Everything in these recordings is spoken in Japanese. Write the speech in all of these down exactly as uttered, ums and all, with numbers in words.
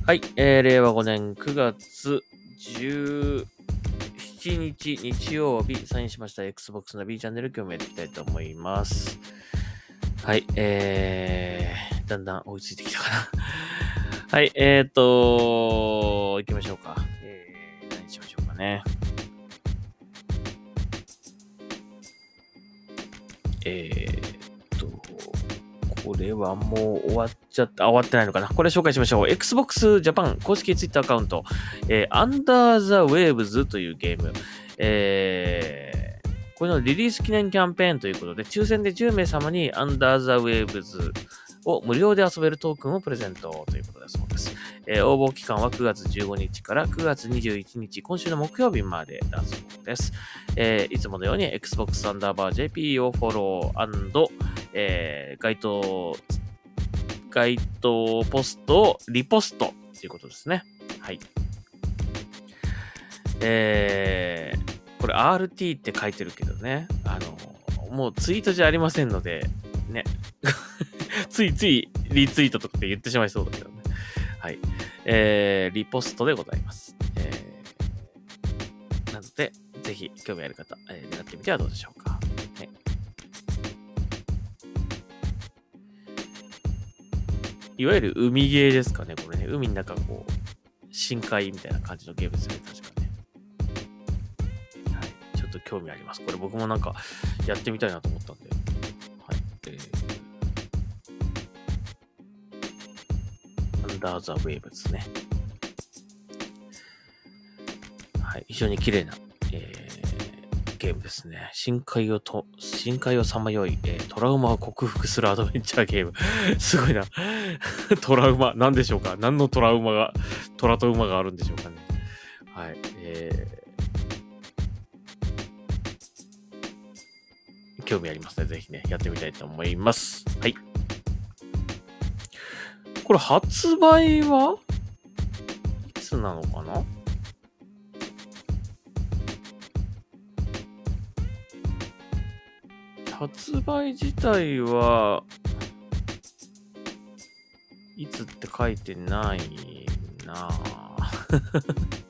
はい、えー、れいわごねんくがつじゅうしちにち日曜日、サインしました Xbox の B チャンネル、今日もやっていきたいと思います。はい、えー、だんだん追いついてきたかな。はい、えーと、行きましょうか。えー、何しましょうかね。えーと、これはもう終わっちゃった、あ、終わってないのかな。これ紹介しましょう。Xbox Japan 公式 Twitter アカウント、えー、Under the Waves というゲーム。えー、これのリリース記念キャンペーンということで、抽選でじゅうめい様に Under the Waves を無料で遊べるトークンをプレゼントということだそうです。えー、応募期間はくがつじゅうごにちからくがつにじゅういちにち、今週の木曜日までだそうです。えー、いつものように Xbox アンダーバー ジェーピー をフォロー&、えー、該当、該当ポストをリポストということですね。はい。えー、これ アールティー って書いてるけどね。あの、もうツイートじゃありませんので、ね。ついついリツイートとかって言ってしまいそうだけどね。はい。えー、リポストでございます。えー、なので、ぜひ興味ある方、えー、狙ってみてはどうでしょうか。はい。いわゆる海ゲーですかね、これね。海の中こう、深海みたいな感じのゲームですね、確かね。はい。ちょっと興味あります。これ僕もなんかやってみたいなと思ったんで。はい。えー、Under the Waves ですね。はい。非常に綺麗な、えー、ゲームですね。深海をと、深海をさまよい、えー、トラウマを克服するアドベンチャーゲーム。すごいな。トラウマ、何でしょうか？何のトラウマが、トラと馬があるんでしょうかね。はい。えー、興味ありますね。ぜひね、やってみたいと思います。はい。これ発売はいつなのかな？発売自体はいつって書いてないなぁ。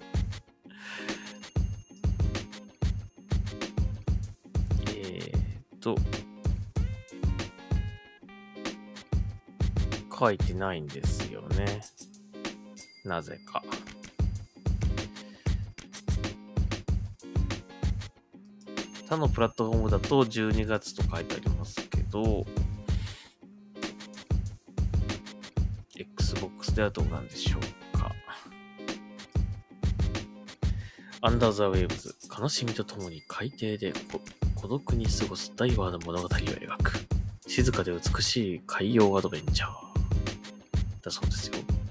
えーっと、書いてないんですよね。なぜか。他のプラットフォームだとじゅうにがつと書いてありますけど、Xbox ではどうなんでしょうか。Under the Waves、悲しみとともに海底で孤独に過ごすダイバーの物語を描く。静かで美しい海洋アドベンチャー。だそうですよ。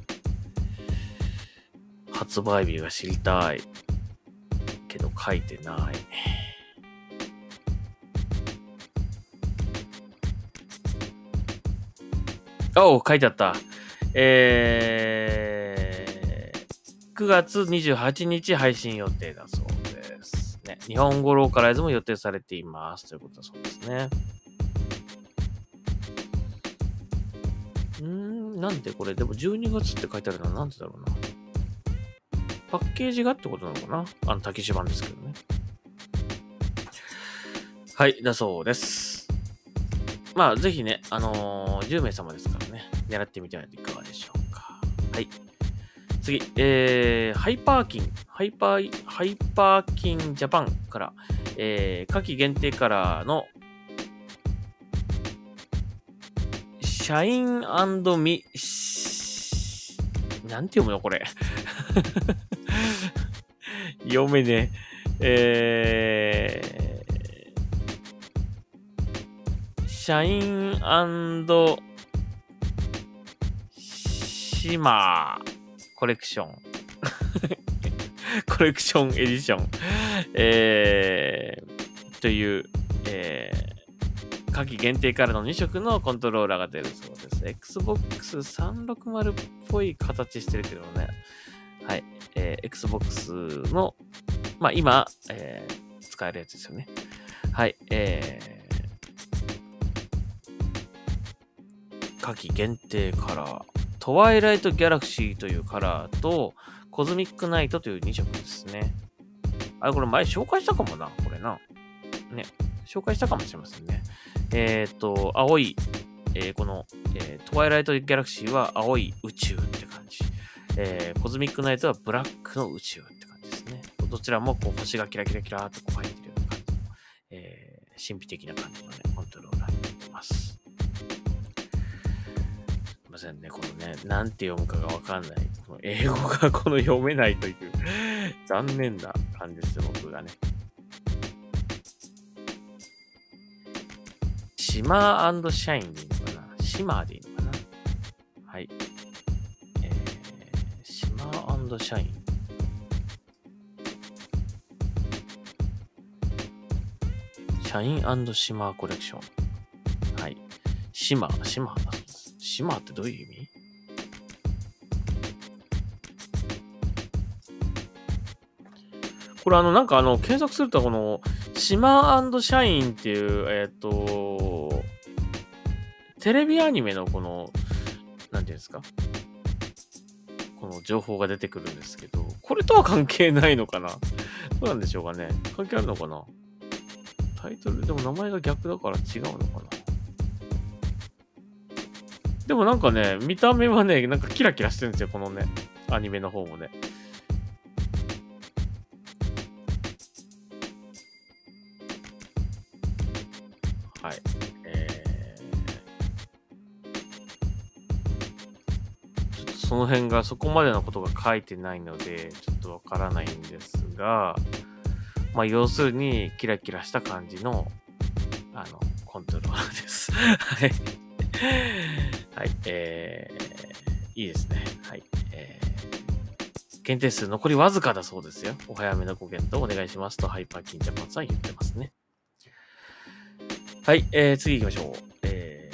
発売日が知りたい。けど書いてない。おう、書いてあった。えー、くがつにじゅうはちにち配信予定だそうですね。日本語ローカライズも予定されています。ということだそうですね。うーん、なんでこれ、でもじゅうにがつって書いてあるのはなんでだろうな。パッケージがってことなのかな？あの、竹芝版ですけどね。はい、だそうです。まあ、ぜひね、あのー、じゅうめい様ですからね、狙ってみてはいかがでしょうか。はい。次、えー、ハイパーキン、ハイパー、ハイパーキンジャパンから、えー、夏季限定カラーの、シャイン&ミ、なんて読むのこれ。読めねえ。えー、シャイン&シマーコレクション。コレクションエディション。えー、という、えー、夏季限定からのにしょくのコントローラーが出るそうです。エックスボックスさんびゃくろくじゅう っぽい形してるけどね。はい。えー、Xbox の、まあ今、えー、使えるやつですよね。はい。えー、夏季限定カラートワイライトギャラクシーというカラーと、コズミックナイトというに色ですね。あれ、これ前紹介したかもな、これな。ね。紹介したかもしれませんね。えっと、青い、えー、この、えー、トワイライトギャラクシーは青い宇宙って感じ。えー、コズミックナイトはブラックの宇宙って感じですね。どちらもこう星がキラキラキラーっとこう入ってるような感じの、えー、神秘的な感じのね、コントローラーになってます。すいませんね、このね、なんて読むかがわかんない。この英語がこの読めないという残念な感じです、僕がね。シマー&シャインでいいのかな？シマーでいいのかな？はい。えー、シマー&シャイン。シャイン&シマーコレクション。はい。シマー、シマーだそうです。シマーってどういう意味？これあの、なんかあの、検索するとこの、シマー&シャインっていう、えっと、テレビアニメのこの、なんていうんですか？この情報が出てくるんですけど、これとは関係ないのかな？どうなんでしょうかね？関係あるのかな？タイトル、でも名前が逆だから違うのかな？でもなんかね、見た目はね、なんかキラキラしてるんですよ、このね、アニメの方もね。はい。えー、ちょっとその辺がそこまでのことが書いてないので、ちょっとわからないんですが、まあ、要するに、キラキラした感じの、あの、コントローラーです。はい。はい。えー、いいですね。はい。えー、限定数残りわずかだそうですよ。お早めのご検討お願いしますと、ハイパーキンジャパンさん言ってますね。はい。えー、次行きましょう。え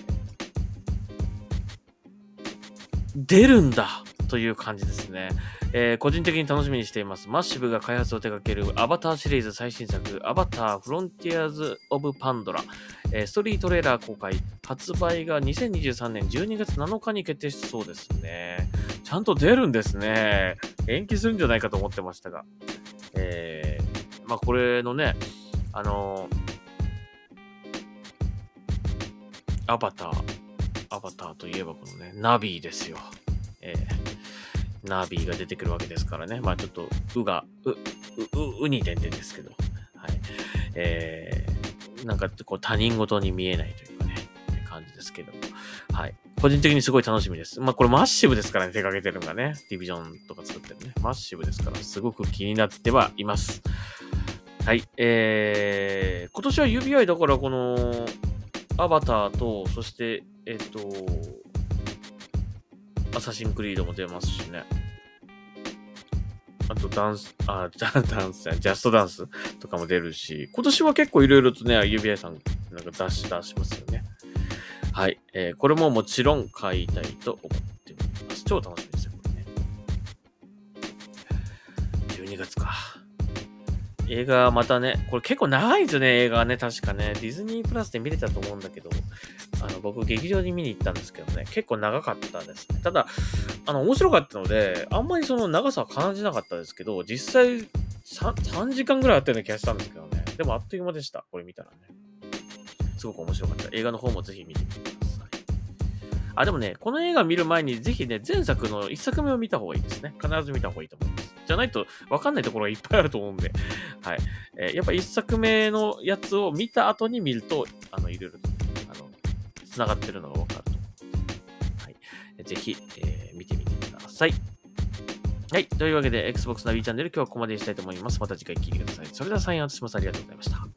ー、出るんだという感じですね。えー、個人的に楽しみにしています。マッシブが開発を手掛けるアバターシリーズ最新作、アバターフロンティアーズ・オブ・パンドラ、えー、ストーリートレーラー公開、発売がにせんにじゅうさんねんじゅうにがつなのかに決定したそうですね。ちゃんと出るんですね。延期するんじゃないかと思ってましたが。えー、まあこれのね、あのー、アバター、アバターといえばこのね、ナビですよ。えーナビが出てくるわけですからね。まあちょっと、うが、う、う、う、うに点々ですけど。はい。えー、なんかこう他人事に見えないというかね、感じですけども。はい。個人的にすごい楽しみです。まあこれマッシブですからね、手掛けてるのがね。ディビジョンとか作ってるね。マッシブですから、すごく気になってはいます。はい。えー、今年は指輪いだからこの、アバターと、そして、えっと、アサシンクリードも出ますしね。あとダンス、あ、ダンス、ジャストダンスとかも出るし、今年は結構いろいろとね、指輪さんなんか出し出しますよね。はい。えー、これももちろん買いたいと思っております。超楽しみですよ、これね。じゅうにがつか。映画またね、これ結構長いんですよね、映画はね、確かね。ディズニープラスで見れたと思うんだけど、あの、僕、劇場に見に行ったんですけどね、結構長かったですね。ただ、あの、面白かったので、あんまりその長さは感じなかったですけど、実際 3, さんじかんぐらいあったような気がしたんですけどね。でもあっという間でした、これ見たらね。すごく面白かった。映画の方もぜひ見てみてください。あ、でもね、この映画見る前にぜひね、前作のいっさくめを見た方がいいですね。必ず見た方がいいと思います。じゃないと分かんないところがいっぱいあると思うんで。はい。えー、やっぱいっさくめのやつを見た後に見ると、あの、いろいろと、あの、繋がってるのが分かると思うので。はい。ぜひ、えー、見てみてください。はい。というわけで、Xbox ナビチャンネル今日はここまでにしたいと思います。また次回聞いてください。それではサインアウトします。ありがとうございました。